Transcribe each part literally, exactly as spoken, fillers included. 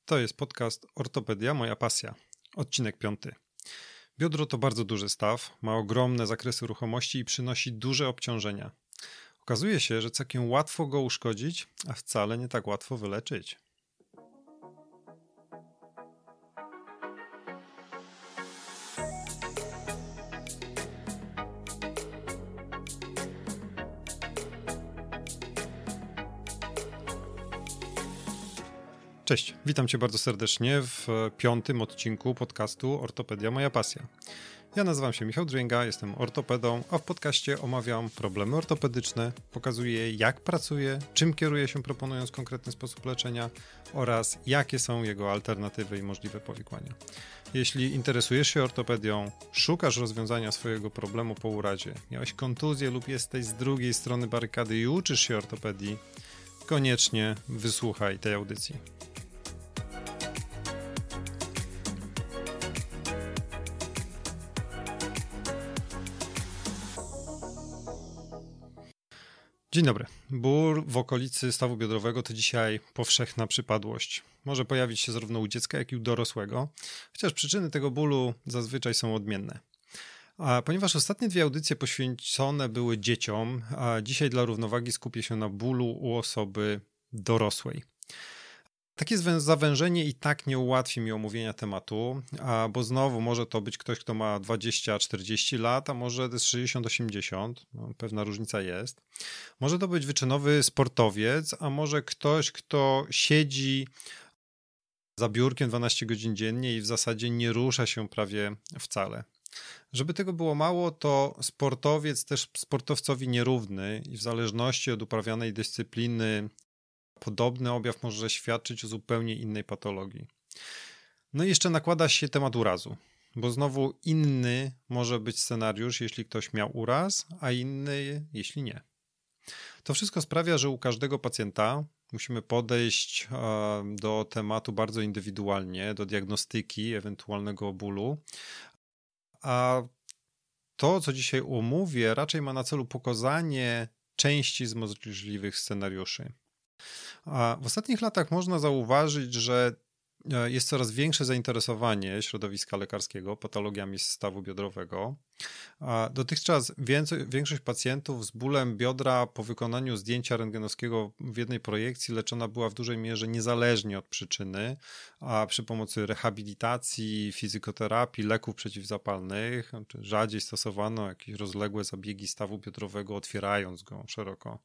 To jest podcast Ortopedia, moja pasja. Odcinek piąty. Biodro to bardzo duży staw, ma ogromne zakresy ruchomości i przynosi duże obciążenia. Okazuje się, że całkiem łatwo go uszkodzić, a wcale nie tak łatwo wyleczyć. Cześć, witam Cię bardzo serdecznie w piątym odcinku podcastu Ortopedia, moja pasja. Ja nazywam się Michał Drzwięga, jestem ortopedą, a w podcaście omawiam problemy ortopedyczne, pokazuję jak pracuję, czym kieruję się proponując konkretny sposób leczenia oraz jakie są jego alternatywy i możliwe powikłania. Jeśli interesujesz się ortopedią, szukasz rozwiązania swojego problemu po urazie, miałeś kontuzję lub jesteś z drugiej strony barykady i uczysz się ortopedii, koniecznie wysłuchaj tej audycji. Dzień dobry. Ból w okolicy stawu biodrowego to dzisiaj powszechna przypadłość. Może pojawić się zarówno u dziecka, jak i u dorosłego, chociaż przyczyny tego bólu zazwyczaj są odmienne. A ponieważ ostatnie dwie audycje poświęcone były dzieciom, a dzisiaj dla równowagi skupię się na bólu u osoby dorosłej. Takie zawężenie i tak nie ułatwi mi omówienia tematu, a bo znowu może to być ktoś, kto ma dwadzieścia czterdzieści lat, a może to jest sześćdziesiąt osiemdziesiąt, no, pewna różnica jest. Może to być wyczynowy sportowiec, a może ktoś, kto siedzi za biurkiem dwanaście godzin dziennie i w zasadzie nie rusza się prawie wcale. Żeby tego było mało, to sportowiec też sportowcowi nierówny i w zależności od uprawianej dyscypliny podobny objaw może świadczyć o zupełnie innej patologii. No i jeszcze nakłada się temat urazu, bo znowu inny może być scenariusz, jeśli ktoś miał uraz, a inny, jeśli nie. To wszystko sprawia, że u każdego pacjenta musimy podejść do tematu bardzo indywidualnie, do diagnostyki ewentualnego bólu, a to, co dzisiaj omówię, raczej ma na celu pokazanie części z możliwych scenariuszy. A w ostatnich latach można zauważyć, że jest coraz większe zainteresowanie środowiska lekarskiego patologiami stawu biodrowego. A dotychczas więcej, większość pacjentów z bólem biodra po wykonaniu zdjęcia rentgenowskiego w jednej projekcji leczona była w dużej mierze niezależnie od przyczyny, a przy pomocy rehabilitacji, fizykoterapii, leków przeciwzapalnych, czy rzadziej stosowano jakieś rozległe zabiegi stawu biodrowego, otwierając go szeroko.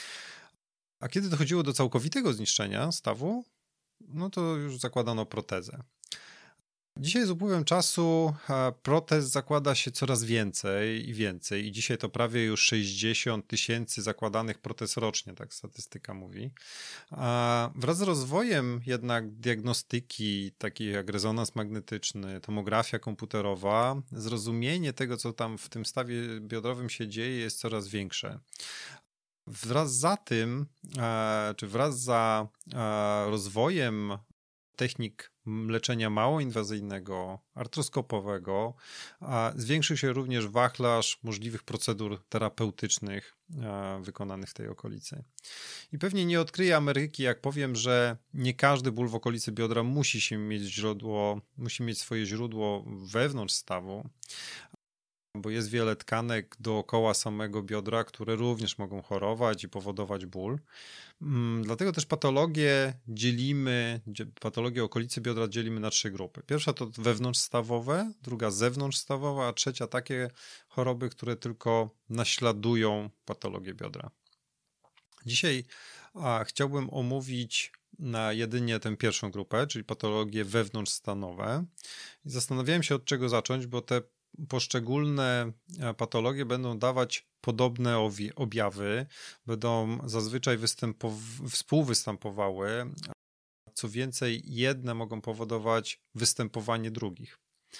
A kiedy dochodziło do całkowitego zniszczenia stawu, no to już zakładano protezę. Dzisiaj z upływem czasu protez zakłada się coraz więcej i więcej i dzisiaj to prawie już sześćdziesiąt tysięcy zakładanych protez rocznie, tak statystyka mówi. A wraz z rozwojem jednak diagnostyki, takiej jak rezonans magnetyczny, tomografia komputerowa, zrozumienie tego, co tam w tym stawie biodrowym się dzieje, jest coraz większe. Wraz za tym, czy wraz za rozwojem technik leczenia małoinwazyjnego, artroskopowego, zwiększył się również wachlarz możliwych procedur terapeutycznych wykonanych w tej okolicy. I pewnie nie odkryję Ameryki, jak powiem, że nie każdy ból w okolicy biodra musi się mieć źródło, musi mieć swoje źródło wewnątrz stawu, bo jest wiele tkanek dookoła samego biodra, które również mogą chorować i powodować ból. Dlatego też patologie dzielimy, patologie okolicy biodra dzielimy na trzy grupy. Pierwsza to wewnątrzstawowe, druga zewnątrzstawowa, a trzecia takie choroby, które tylko naśladują patologię biodra. Dzisiaj a, chciałbym omówić na jedynie tę pierwszą grupę, czyli patologie wewnątrzstanowe. I zastanawiałem się, od czego zacząć, bo te poszczególne patologie będą dawać podobne objawy, będą zazwyczaj występow- współwystępowały, co więcej, jedne mogą powodować występowanie drugich.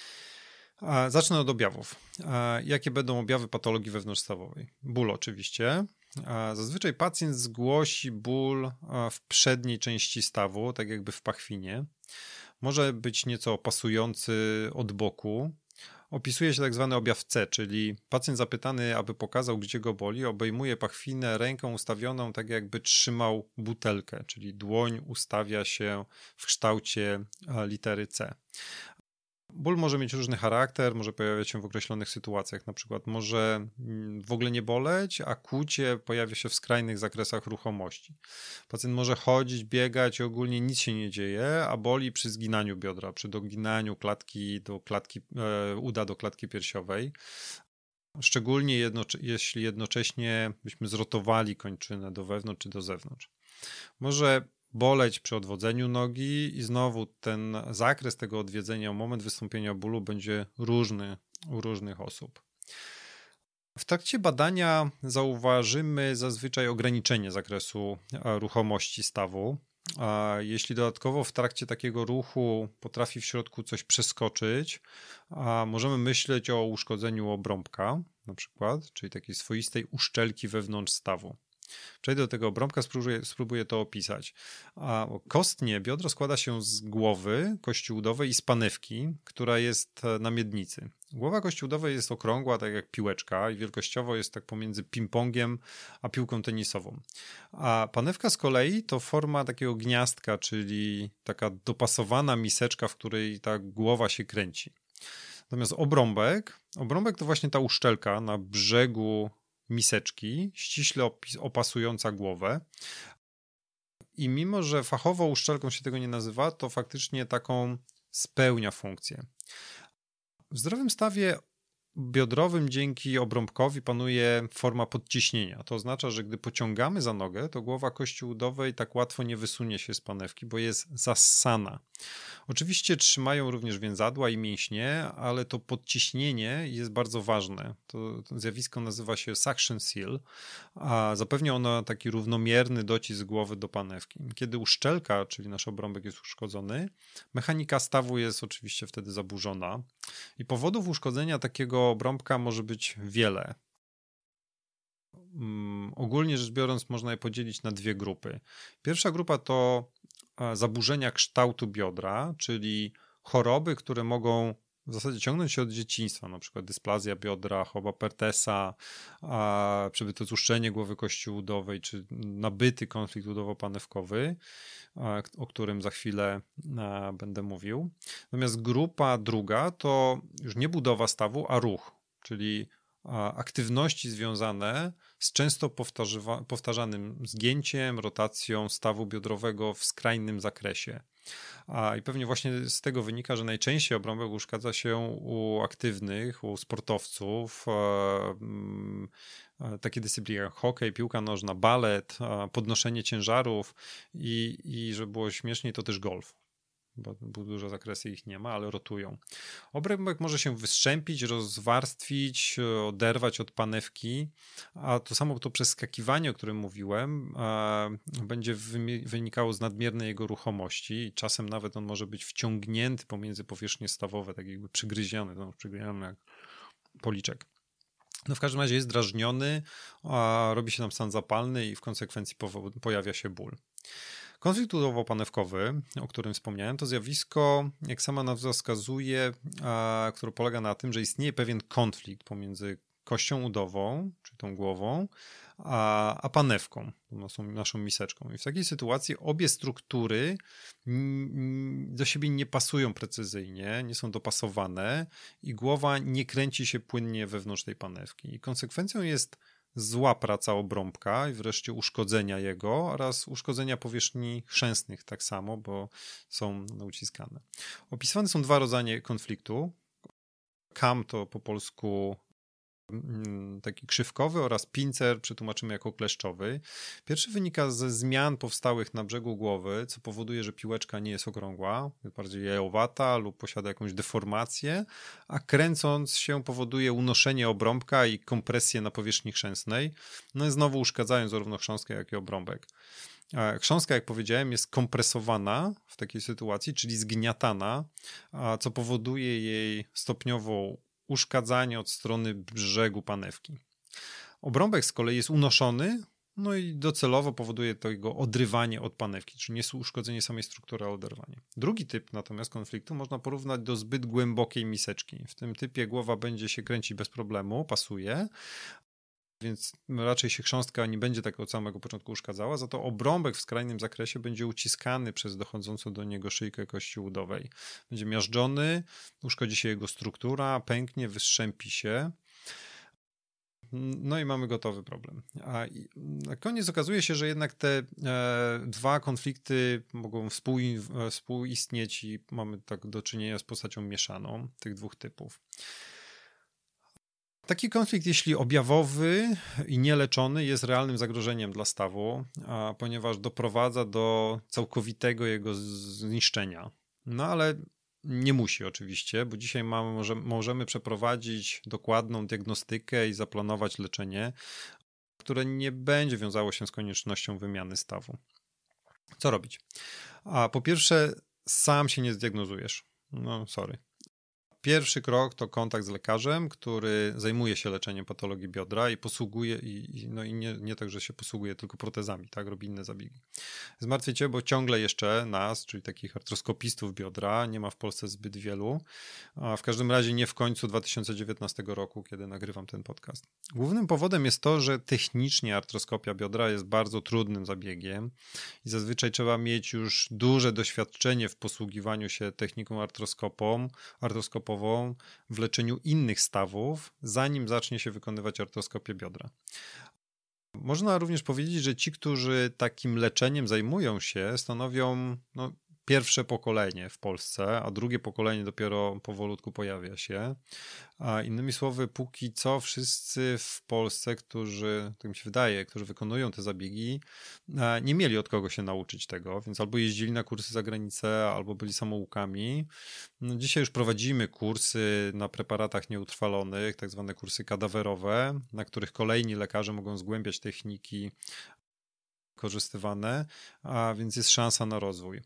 Zacznę od objawów. Jakie będą objawy patologii wewnątrzstawowej? Ból oczywiście. Zazwyczaj pacjent zgłosi ból w przedniej części stawu, tak jakby w pachwinie. Może być nieco pasujący od boku. Opisuje się tak zwany objaw C, czyli pacjent zapytany, aby pokazał, gdzie go boli, obejmuje pachwinę ręką ustawioną, tak jakby trzymał butelkę, czyli dłoń ustawia się w kształcie litery C. Ból może mieć różny charakter, może pojawiać się w określonych sytuacjach, na przykład może w ogóle nie boleć, a kłucie pojawia się w skrajnych zakresach ruchomości. Pacjent może chodzić, biegać i ogólnie nic się nie dzieje, a boli przy zginaniu biodra, przy doginaniu klatki do klatki, e, uda do klatki piersiowej. Szczególnie jedno, jeśli jednocześnie byśmy zrotowali kończynę do wewnątrz czy do zewnątrz. Może boleć przy odwodzeniu nogi i znowu ten zakres tego odwiedzenia, moment wystąpienia bólu będzie różny u różnych osób. W trakcie badania zauważymy zazwyczaj ograniczenie zakresu ruchomości stawu. A jeśli dodatkowo w trakcie takiego ruchu potrafi w środku coś przeskoczyć, a możemy myśleć o uszkodzeniu obrąbka na przykład, czyli takiej swoistej uszczelki wewnątrz stawu. Przejdę do tego obrąbka, spróbuję, spróbuję to opisać. A kostnie biodro składa się z głowy kości udowej i z panewki, która jest na miednicy. Głowa kości udowej jest okrągła, tak jak piłeczka i wielkościowo jest tak pomiędzy ping-pongiem a piłką tenisową. A panewka z kolei to forma takiego gniazdka, czyli taka dopasowana miseczka, w której ta głowa się kręci. Natomiast obrąbek, obrąbek to właśnie ta uszczelka na brzegu miseczki, ściśle opasująca głowę. I mimo, że fachowo uszczelką się tego nie nazywa, to faktycznie taką spełnia funkcję. W zdrowym stawie biodrowym dzięki obrąbkowi panuje forma podciśnienia. To oznacza, że gdy pociągamy za nogę, to głowa kości udowej tak łatwo nie wysunie się z panewki, bo jest zassana. Oczywiście trzymają również więzadła i mięśnie, ale to podciśnienie jest bardzo ważne. To, to zjawisko nazywa się suction seal, a zapewnia ono taki równomierny docisk głowy do panewki. Kiedy uszczelka, czyli nasz obrąbek jest uszkodzony, mechanika stawu jest oczywiście wtedy zaburzona i powodów uszkodzenia takiego obrąbka może być wiele. Um, ogólnie rzecz biorąc można je podzielić na dwie grupy. Pierwsza grupa to zaburzenia kształtu biodra, czyli choroby, które mogą w zasadzie ciągnąć się od dzieciństwa, na przykład dysplazja biodra, choroba Pertesa, przebyte złuszczenie głowy kości udowej, czy nabyty konflikt udowo-panewkowy, o którym za chwilę będę mówił. Natomiast grupa druga to już nie budowa stawu, a ruch, czyli aktywności związane z często powtarzanym zgięciem, rotacją stawu biodrowego w skrajnym zakresie. A, I pewnie właśnie z tego wynika, że najczęściej obrąbek uszkadza się u aktywnych, u sportowców, e, e, takie dyscypliny jak hokej, piłka nożna, balet, e, podnoszenie ciężarów i, i żeby było śmieszniej, to też golf. Bo, bo duże zakresy ich nie ma, ale rotują. Obrąbek może się wystrzępić, rozwarstwić, oderwać od panewki, a to samo to przeskakiwanie, o którym mówiłem, będzie wynikało z nadmiernej jego ruchomości i czasem nawet on może być wciągnięty pomiędzy powierzchnie stawowe, tak jakby przygryziony, no, przygryziony jak policzek. No w każdym razie jest drażniony, a robi się tam stan zapalny i w konsekwencji pojawia się ból. Konflikt udowo-panewkowy, o którym wspomniałem, to zjawisko, jak sama nazwa wskazuje, a, które polega na tym, że istnieje pewien konflikt pomiędzy kością udową, czyli tą głową, a, a panewką, naszą, naszą miseczką. I w takiej sytuacji obie struktury do siebie nie pasują precyzyjnie, nie są dopasowane i głowa nie kręci się płynnie wewnątrz tej panewki. I konsekwencją jest zła praca obrąbka i wreszcie uszkodzenia jego oraz uszkodzenia powierzchni chrzęstnych tak samo, bo są uciskane. Opisywane są dwa rodzaje konfliktu. Kam to po polsku taki krzywkowy oraz pincer przetłumaczymy jako kleszczowy. Pierwszy wynika ze zmian powstałych na brzegu głowy, co powoduje, że piłeczka nie jest okrągła, jest bardziej jajowata lub posiada jakąś deformację, a kręcąc się powoduje unoszenie obrąbka i kompresję na powierzchni chrzęstnej, no i znowu uszkadzają zarówno chrząstkę, jak i obrąbek. Chrząstka, jak powiedziałem, jest kompresowana w takiej sytuacji, czyli zgniatana, co powoduje jej stopniową uszkadzanie od strony brzegu panewki. Obrąbek z kolei jest unoszony No i docelowo powoduje to jego odrywanie od panewki, czyli nie uszkodzenie samej struktury, a oderwanie. Drugi typ natomiast konfliktu można porównać do zbyt głębokiej miseczki. W tym typie głowa będzie się kręcić bez problemu, pasuje, więc raczej się chrząstka nie będzie tak od samego początku uszkadzała, za to obrąbek w skrajnym zakresie będzie uciskany przez dochodzącą do niego szyjkę kości udowej. Będzie miażdżony, uszkodzi się jego struktura, pęknie, wystrzępi się. No i mamy gotowy problem. A na koniec okazuje się, że jednak te e, dwa konflikty mogą współ, współistnieć i mamy tak do czynienia z postacią mieszaną tych dwóch typów. Taki konflikt, jeśli objawowy i nieleczony, jest realnym zagrożeniem dla stawu, a ponieważ doprowadza do całkowitego jego zniszczenia. No ale nie musi oczywiście, bo dzisiaj mamy, może, możemy przeprowadzić dokładną diagnostykę i zaplanować leczenie, które nie będzie wiązało się z koniecznością wymiany stawu. Co robić? A po pierwsze, sam się nie zdiagnozujesz. No, sorry. Pierwszy krok to kontakt z lekarzem, który zajmuje się leczeniem patologii biodra i posługuje, i, i, no i nie, nie tak, że się posługuje tylko protezami, tak, robi inne zabiegi. Zmartwię cię, bo ciągle jeszcze nas, czyli takich artroskopistów biodra, nie ma w Polsce zbyt wielu, a w każdym razie nie w końcu dwa tysiące dziewiętnastego roku, kiedy nagrywam ten podcast. Głównym powodem jest to, że technicznie artroskopia biodra jest bardzo trudnym zabiegiem i zazwyczaj trzeba mieć już duże doświadczenie w posługiwaniu się techniką artroskopą, artroskopową w leczeniu innych stawów, zanim zacznie się wykonywać artroskopię biodra. Można również powiedzieć, że ci, którzy takim leczeniem zajmują się, stanowią no, pierwsze pokolenie w Polsce, a drugie pokolenie dopiero powolutku pojawia się. A innymi słowy, póki co wszyscy w Polsce, którzy, tak mi się wydaje, którzy wykonują te zabiegi, nie mieli od kogo się nauczyć tego, więc albo jeździli na kursy za granicę, albo byli samoukami. No, dzisiaj już prowadzimy kursy na preparatach nieutrwalonych, tak zwane kursy kadawerowe, na których kolejni lekarze mogą zgłębiać techniki korzystywane, a więc jest szansa na rozwój.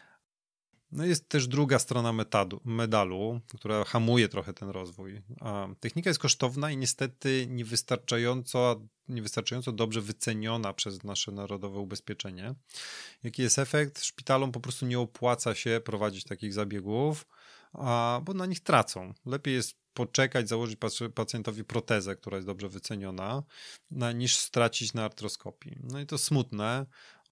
No jest też druga strona metadu, medalu, która hamuje trochę ten rozwój. A technika jest kosztowna i niestety niewystarczająco, niewystarczająco dobrze wyceniona przez nasze narodowe ubezpieczenie. Jaki jest efekt? Szpitalom po prostu nie opłaca się prowadzić takich zabiegów, a, bo na nich tracą. Lepiej jest poczekać, założyć pacjentowi protezę, która jest dobrze wyceniona, na, niż stracić na artroskopii. No i to smutne.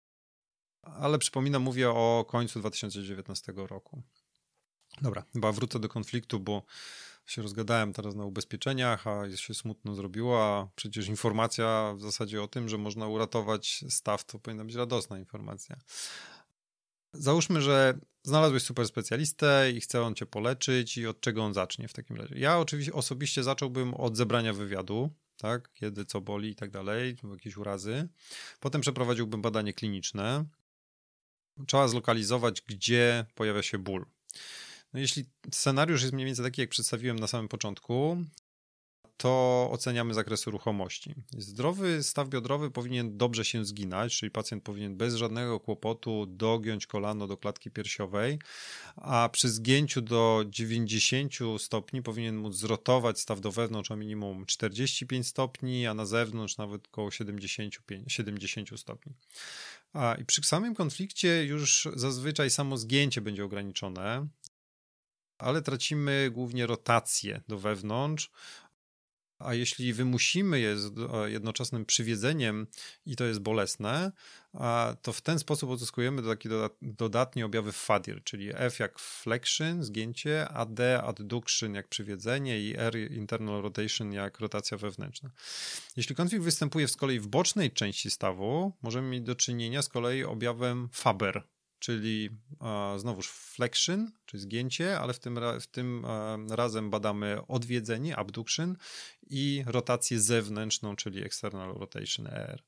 Ale przypominam, mówię o końcu dwa tysiące dziewiętnastego roku. Dobra, chyba wrócę do konfliktu, bo się rozgadałem teraz na ubezpieczeniach, a się smutno zrobiło, a przecież informacja w zasadzie o tym, że można uratować staw, to powinna być radosna informacja. Załóżmy, że znalazłeś super specjalistę i chce on cię poleczyć i od czego on zacznie w takim razie. Ja oczywiście osobiście zacząłbym od zebrania wywiadu, tak, kiedy, co boli i tak dalej, jakieś urazy. Potem przeprowadziłbym badanie kliniczne. Trzeba zlokalizować, gdzie pojawia się ból. No jeśli scenariusz jest mniej więcej taki, jak przedstawiłem na samym początku, to oceniamy zakres ruchomości. Zdrowy staw biodrowy powinien dobrze się zginać, czyli pacjent powinien bez żadnego kłopotu dogiąć kolano do klatki piersiowej, a przy zgięciu do dziewięćdziesięciu stopni powinien móc zrotować staw do wewnątrz o minimum czterdzieści pięć stopni, a na zewnątrz nawet około siedemdziesiąt stopni. A i przy samym konflikcie już zazwyczaj samo zgięcie będzie ograniczone, ale tracimy głównie rotację do wewnątrz, a jeśli wymusimy je z jednoczesnym przywiedzeniem i to jest bolesne, to w ten sposób uzyskujemy takie dodatnie objawy fadir, czyli F jak flexion, zgięcie, A D adduction jak przywiedzenie i R internal rotation jak rotacja wewnętrzna. Jeśli konflikt występuje z kolei w bocznej części stawu, możemy mieć do czynienia z kolei objawem Faber, czyli e, znowuż flexion, czyli zgięcie, ale w tym, w tym e, razem badamy odwiedzenie, abduction i rotację zewnętrzną, czyli external rotation E R.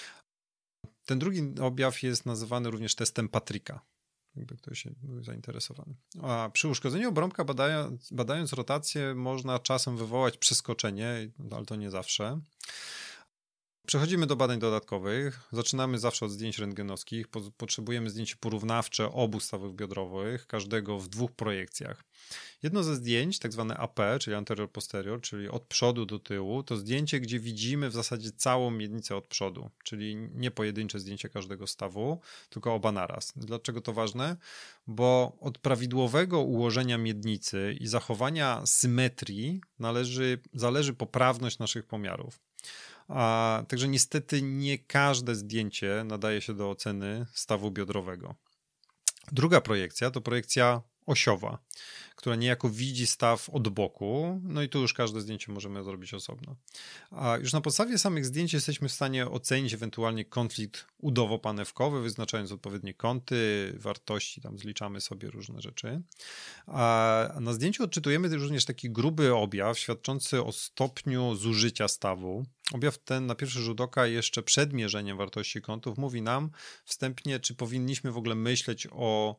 Ten drugi objaw jest nazywany również testem Patricka, jakby ktoś się był zainteresowany. A przy uszkodzeniu obrąbka badając, badając rotację można czasem wywołać przeskoczenie, ale to nie zawsze. Przechodzimy do badań dodatkowych. Zaczynamy zawsze od zdjęć rentgenowskich. Potrzebujemy zdjęć porównawcze obu stawów biodrowych, każdego w dwóch projekcjach. Jedno ze zdjęć, tak zwane A P, czyli anterior-posterior, czyli od przodu do tyłu, to zdjęcie, gdzie widzimy w zasadzie całą miednicę od przodu, czyli nie pojedyncze zdjęcie każdego stawu, tylko oba naraz. Dlaczego to ważne? Bo od prawidłowego ułożenia miednicy i zachowania symetrii należy, zależy poprawność naszych pomiarów. A, także niestety nie każde zdjęcie nadaje się do oceny stawu biodrowego. Druga projekcja to projekcja osiowa, która niejako widzi staw od boku, no i tu już każde zdjęcie możemy zrobić osobno. A już na podstawie samych zdjęć jesteśmy w stanie ocenić ewentualnie konflikt udowo-panewkowy, wyznaczając odpowiednie kąty, wartości, tam zliczamy sobie różne rzeczy. A na zdjęciu odczytujemy również taki gruby objaw świadczący o stopniu zużycia stawu. Objaw ten na pierwszy rzut oka jeszcze przed mierzeniem wartości kątów mówi nam wstępnie, czy powinniśmy w ogóle myśleć o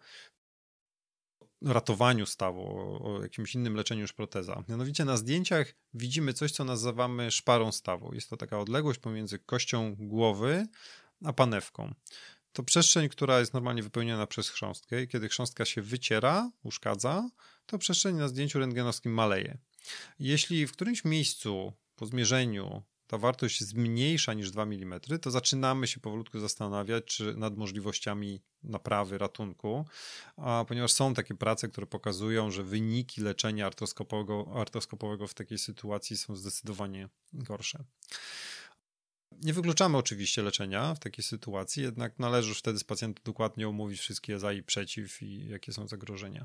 ratowaniu stawu, o, o jakimś innym leczeniu niż proteza. Mianowicie na zdjęciach widzimy coś, co nazywamy szparą stawu. Jest to taka odległość pomiędzy kością głowy a panewką. To przestrzeń, która jest normalnie wypełniona przez chrząstkę i kiedy chrząstka się wyciera, uszkadza, to przestrzeń na zdjęciu rentgenowskim maleje. Jeśli w którymś miejscu po zmierzeniu ta wartość jest mniejsza niż dwa milimetry, to zaczynamy się powolutku zastanawiać czy nad możliwościami naprawy, ratunku, a ponieważ są takie prace, które pokazują, że wyniki leczenia artroskopowego, artroskopowego w takiej sytuacji są zdecydowanie gorsze. Nie wykluczamy oczywiście leczenia w takiej sytuacji, jednak należy już wtedy z pacjentem dokładnie omówić wszystkie za i przeciw i jakie są zagrożenia.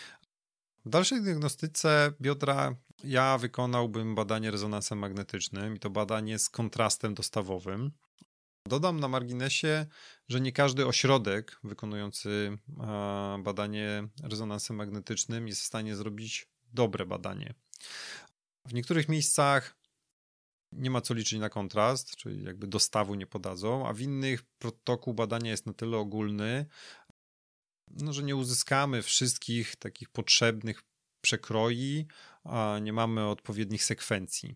W dalszej diagnostyce biodra ja wykonałbym badanie rezonansem magnetycznym i to badanie z kontrastem dostawowym. Dodam na marginesie, że nie każdy ośrodek wykonujący badanie rezonansem magnetycznym jest w stanie zrobić dobre badanie. W niektórych miejscach nie ma co liczyć na kontrast, czyli jakby dostawu nie podadzą, a w innych protokół badania jest na tyle ogólny, no, że nie uzyskamy wszystkich takich potrzebnych przekroi, a nie mamy odpowiednich sekwencji.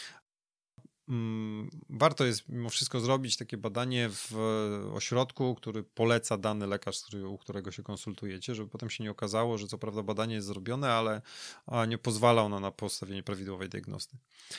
Warto jest mimo wszystko zrobić takie badanie w ośrodku, który poleca dany lekarz, u którego się konsultujecie, żeby potem się nie okazało, że co prawda badanie jest zrobione, ale nie pozwala ono na postawienie prawidłowej diagnozy.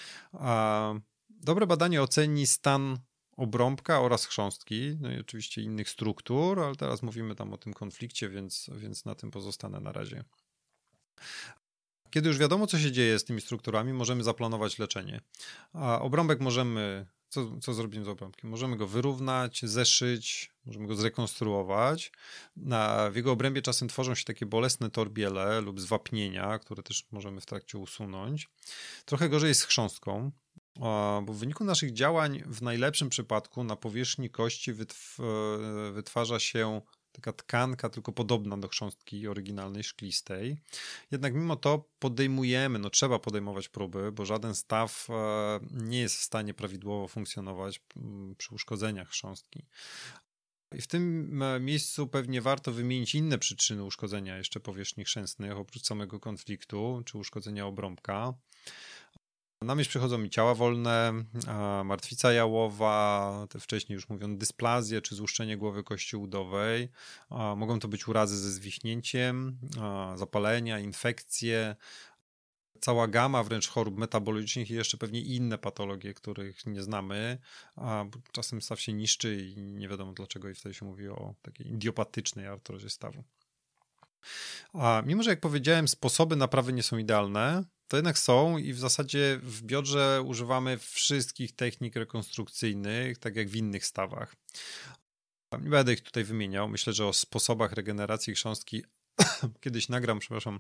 Dobre badanie oceni stan obrąbka oraz chrząstki, no i oczywiście innych struktur, ale teraz mówimy tam o tym konflikcie, więc, więc na tym pozostanę na razie. Kiedy już wiadomo, co się dzieje z tymi strukturami, możemy zaplanować leczenie. A obrąbek możemy, co, co zrobimy z obrąbkiem? Możemy go wyrównać, zeszyć, możemy go zrekonstruować. Na, w jego obrębie czasem tworzą się takie bolesne torbiele lub zwapnienia, które też możemy w trakcie usunąć. Trochę gorzej jest z chrząstką, bo w wyniku naszych działań w najlepszym przypadku na powierzchni kości wytw wytwarza się taka tkanka, tylko podobna do chrząstki oryginalnej, szklistej. Jednak mimo to podejmujemy, no trzeba podejmować próby, bo żaden staw nie jest w stanie prawidłowo funkcjonować przy uszkodzeniach chrząstki. I w tym miejscu pewnie warto wymienić inne przyczyny uszkodzenia jeszcze powierzchni chrzęstnych, oprócz samego konfliktu czy uszkodzenia obrąbka. Na myśl przychodzą mi ciała wolne, martwica jałowa, te wcześniej już mówiono dysplazje czy złuszczenie głowy kości udowej. Mogą to być urazy ze zwichnięciem, zapalenia, infekcje, cała gama wręcz chorób metabolicznych i jeszcze pewnie inne patologie, których nie znamy. Czasem staw się niszczy i nie wiadomo dlaczego i wtedy się mówi o takiej idiopatycznej artrozie stawu. A mimo, że jak powiedziałem, sposoby naprawy nie są idealne, to jednak są i w zasadzie w biodrze używamy wszystkich technik rekonstrukcyjnych, tak jak w innych stawach. Nie będę ich tutaj wymieniał. Myślę, że o sposobach regeneracji chrząstki kiedyś nagram, przepraszam,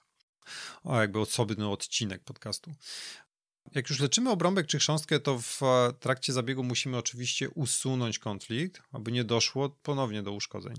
o jakby osobny odcinek podcastu. Jak już leczymy obrąbek czy chrząstkę, to w trakcie zabiegu musimy oczywiście usunąć konflikt, aby nie doszło ponownie do uszkodzeń.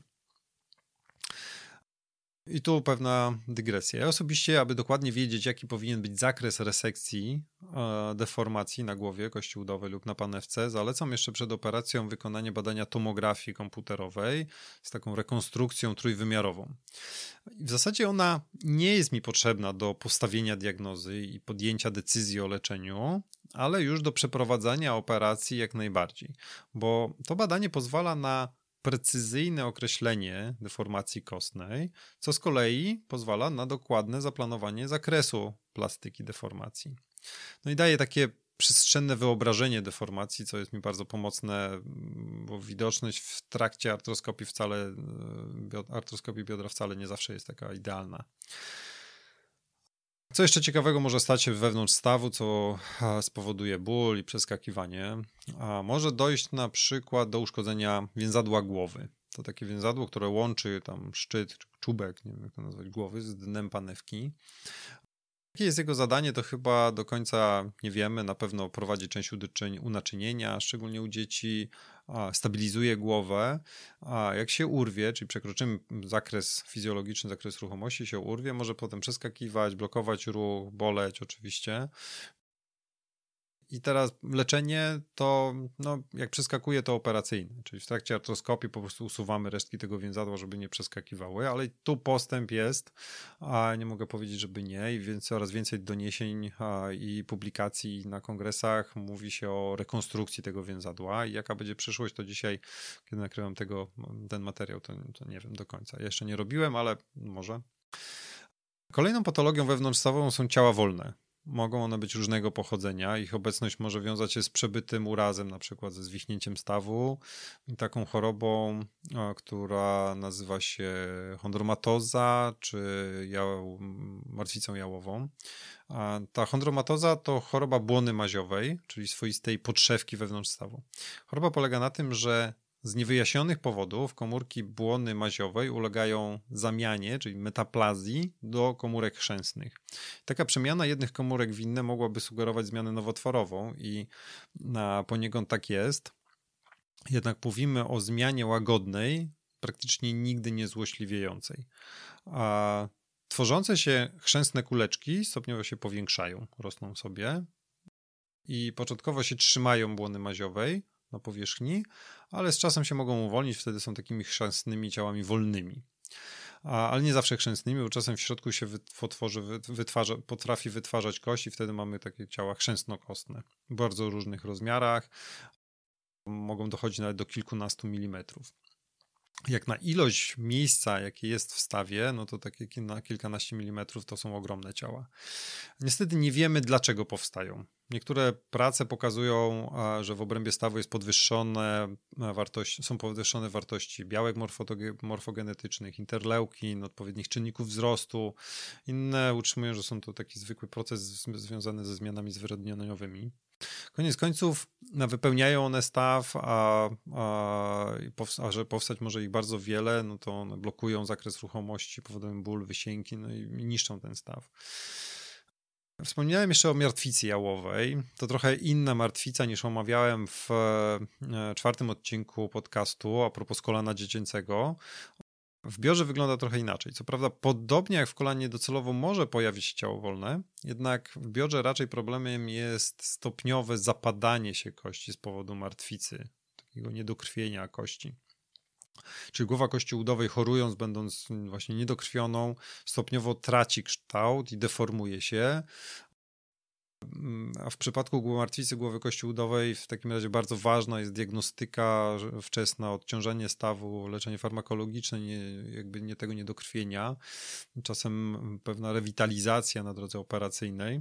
I tu pewna dygresja. Ja osobiście, aby dokładnie wiedzieć, jaki powinien być zakres resekcji, deformacji na głowie kości udowej lub na panewce, zalecam jeszcze przed operacją wykonanie badania tomografii komputerowej z taką rekonstrukcją trójwymiarową. W zasadzie ona nie jest mi potrzebna do postawienia diagnozy i podjęcia decyzji o leczeniu, ale już do przeprowadzania operacji jak najbardziej, bo to badanie pozwala na precyzyjne określenie deformacji kostnej, co z kolei pozwala na dokładne zaplanowanie zakresu plastyki deformacji. No i daje takie przestrzenne wyobrażenie deformacji, co jest mi bardzo pomocne, bo widoczność w trakcie artroskopii wcale, artroskopii biodra wcale nie zawsze jest taka idealna. Co jeszcze ciekawego może stać się wewnątrz stawu, co spowoduje ból i przeskakiwanie? A może dojść na przykład do uszkodzenia więzadła głowy. To takie więzadło, które łączy tam szczyt, czubek, nie wiem jak to nazwać, głowy z dnem panewki. Jakie jest jego zadanie, to chyba do końca nie wiemy. Na pewno prowadzi część unaczynienia, szczególnie u dzieci, stabilizuje głowę, a jak się urwie, czyli przekroczymy zakres fizjologiczny, zakres ruchomości, się urwie, może potem przeskakiwać, blokować ruch, boleć oczywiście. I teraz leczenie to, no, jak przeskakuje, to operacyjne, czyli w trakcie artroskopii po prostu usuwamy resztki tego więzadła, żeby nie przeskakiwały, ale tu postęp jest, a nie mogę powiedzieć, żeby nie, i więc coraz więcej doniesień a, i publikacji na kongresach mówi się o rekonstrukcji tego więzadła i jaka będzie przyszłość, to dzisiaj, kiedy nakrywam tego, ten materiał, to, to nie wiem do końca. Jeszcze nie robiłem, ale może. Kolejną patologią wewnątrzstawową są ciała wolne. Mogą one być różnego pochodzenia. Ich obecność może wiązać się z przebytym urazem, na przykład ze zwichnięciem stawu, taką chorobą, która nazywa się chondromatoza czy jał, martwicą jałową. A ta chondromatoza to choroba błony maziowej, czyli swoistej podszewki wewnątrz stawu. Choroba polega na tym, że z niewyjaśnionych powodów komórki błony maziowej ulegają zamianie, czyli metaplazji, do komórek chrzęsnych. Taka przemiana jednych komórek w inne mogłaby sugerować zmianę nowotworową i na poniekąd tak jest. Jednak mówimy o zmianie łagodnej, praktycznie nigdy nie złośliwiejącej. A tworzące się chrzęsne kuleczki stopniowo się powiększają, rosną sobie i początkowo się trzymają błony maziowej na powierzchni, ale z czasem się mogą uwolnić, wtedy są takimi chrzęsnymi ciałami wolnymi. A, ale nie zawsze chrzęsnymi, bo czasem w środku się wytworzy, wytwarza, potrafi wytwarzać kość i wtedy mamy takie ciała chrzęsnokostne w bardzo różnych rozmiarach. Mogą dochodzić nawet do kilkunastu milimetrów. Jak na ilość miejsca, jakie jest w stawie, no to takie na kilkanaście milimetrów to są ogromne ciała. Niestety nie wiemy, dlaczego powstają. Niektóre prace pokazują, że w obrębie stawu jest podwyższone wartości, są podwyższone wartości białek morfogenetycznych, interleukin, odpowiednich czynników wzrostu. Inne utrzymują, że są to taki zwykły proces związany ze zmianami zwyrodnieniowymi. Koniec końców wypełniają one staw, a, a, a że powstać może ich bardzo wiele, no to one blokują zakres ruchomości, powodują ból, wysięki, no i niszczą ten staw. Wspomniałem jeszcze o martwicy jałowej. To trochę inna martwica niż omawiałem w czwartym odcinku podcastu a propos kolana dziecięcego. W biodrze wygląda trochę inaczej. Co prawda, podobnie jak w kolanie docelowo może pojawić się ciało wolne, jednak w biodrze raczej problemem jest stopniowe zapadanie się kości z powodu martwicy, takiego niedokrwienia kości. Czyli głowa kości udowej, chorując, będąc właśnie niedokrwioną, stopniowo traci kształt i deformuje się. A w przypadku martwicy głowy kości udowej w takim razie bardzo ważna jest diagnostyka wczesna, odciążenie stawu, leczenie farmakologiczne, nie, jakby nie tego niedokrwienia, czasem pewna rewitalizacja na drodze operacyjnej.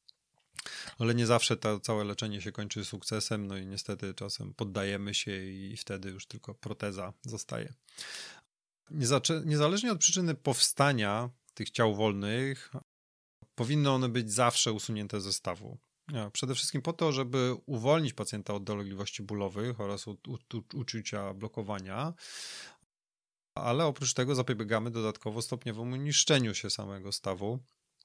Ale nie zawsze to całe leczenie się kończy sukcesem, no i niestety czasem poddajemy się i wtedy już tylko proteza zostaje. Niezależnie od przyczyny powstania tych ciał wolnych, powinny one być zawsze usunięte ze stawu. Przede wszystkim po to, żeby uwolnić pacjenta od dolegliwości bólowych oraz od uczucia blokowania, ale oprócz tego zapobiegamy dodatkowo stopniowemu niszczeniu się samego stawu,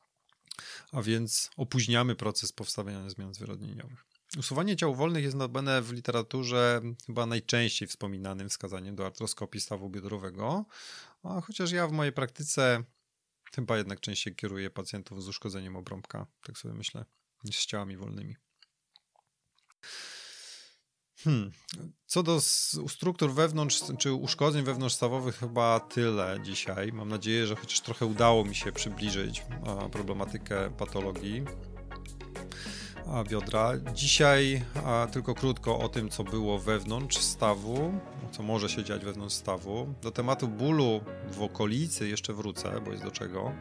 a więc opóźniamy proces powstawania zmian zwyrodnieniowych. Usuwanie ciał wolnych jest notabene w literaturze chyba najczęściej wspominanym wskazaniem do artroskopii stawu biodrowego, a chociaż ja w mojej praktyce chyba jednak częściej kieruję pacjentów z uszkodzeniem obrąbka, tak sobie myślę, niż z ciałami wolnymi. Hmm. Co do struktur wewnątrz, czy uszkodzeń wewnątrzstawowych, chyba tyle dzisiaj. Mam nadzieję, że chociaż trochę udało mi się przybliżyć problematykę patologii. biodra. Dzisiaj a, tylko krótko o tym, co było wewnątrz stawu, co może się dziać wewnątrz stawu. Do tematu bólu w okolicy jeszcze wrócę, bo jest do czego.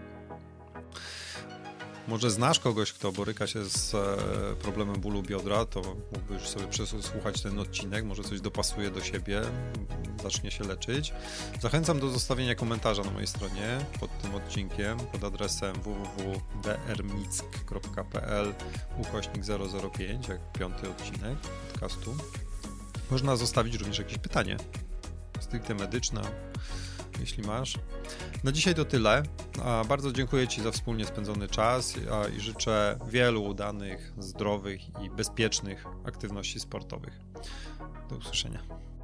Może znasz kogoś, kto boryka się z e, problemem bólu biodra, to mógłbyś sobie przesłuchać ten odcinek, może coś dopasuje do siebie, zacznie się leczyć. Zachęcam do zostawienia komentarza na mojej stronie pod tym odcinkiem pod adresem w w w kropka d r mick kropka p l ukośnik zero zero pięć, jak piąty odcinek podcastu. Można zostawić również jakieś pytanie stricte medyczne, jeśli masz. Na dzisiaj to tyle. Bardzo dziękuję Ci za wspólnie spędzony czas i życzę wielu udanych, zdrowych i bezpiecznych aktywności sportowych. Do usłyszenia.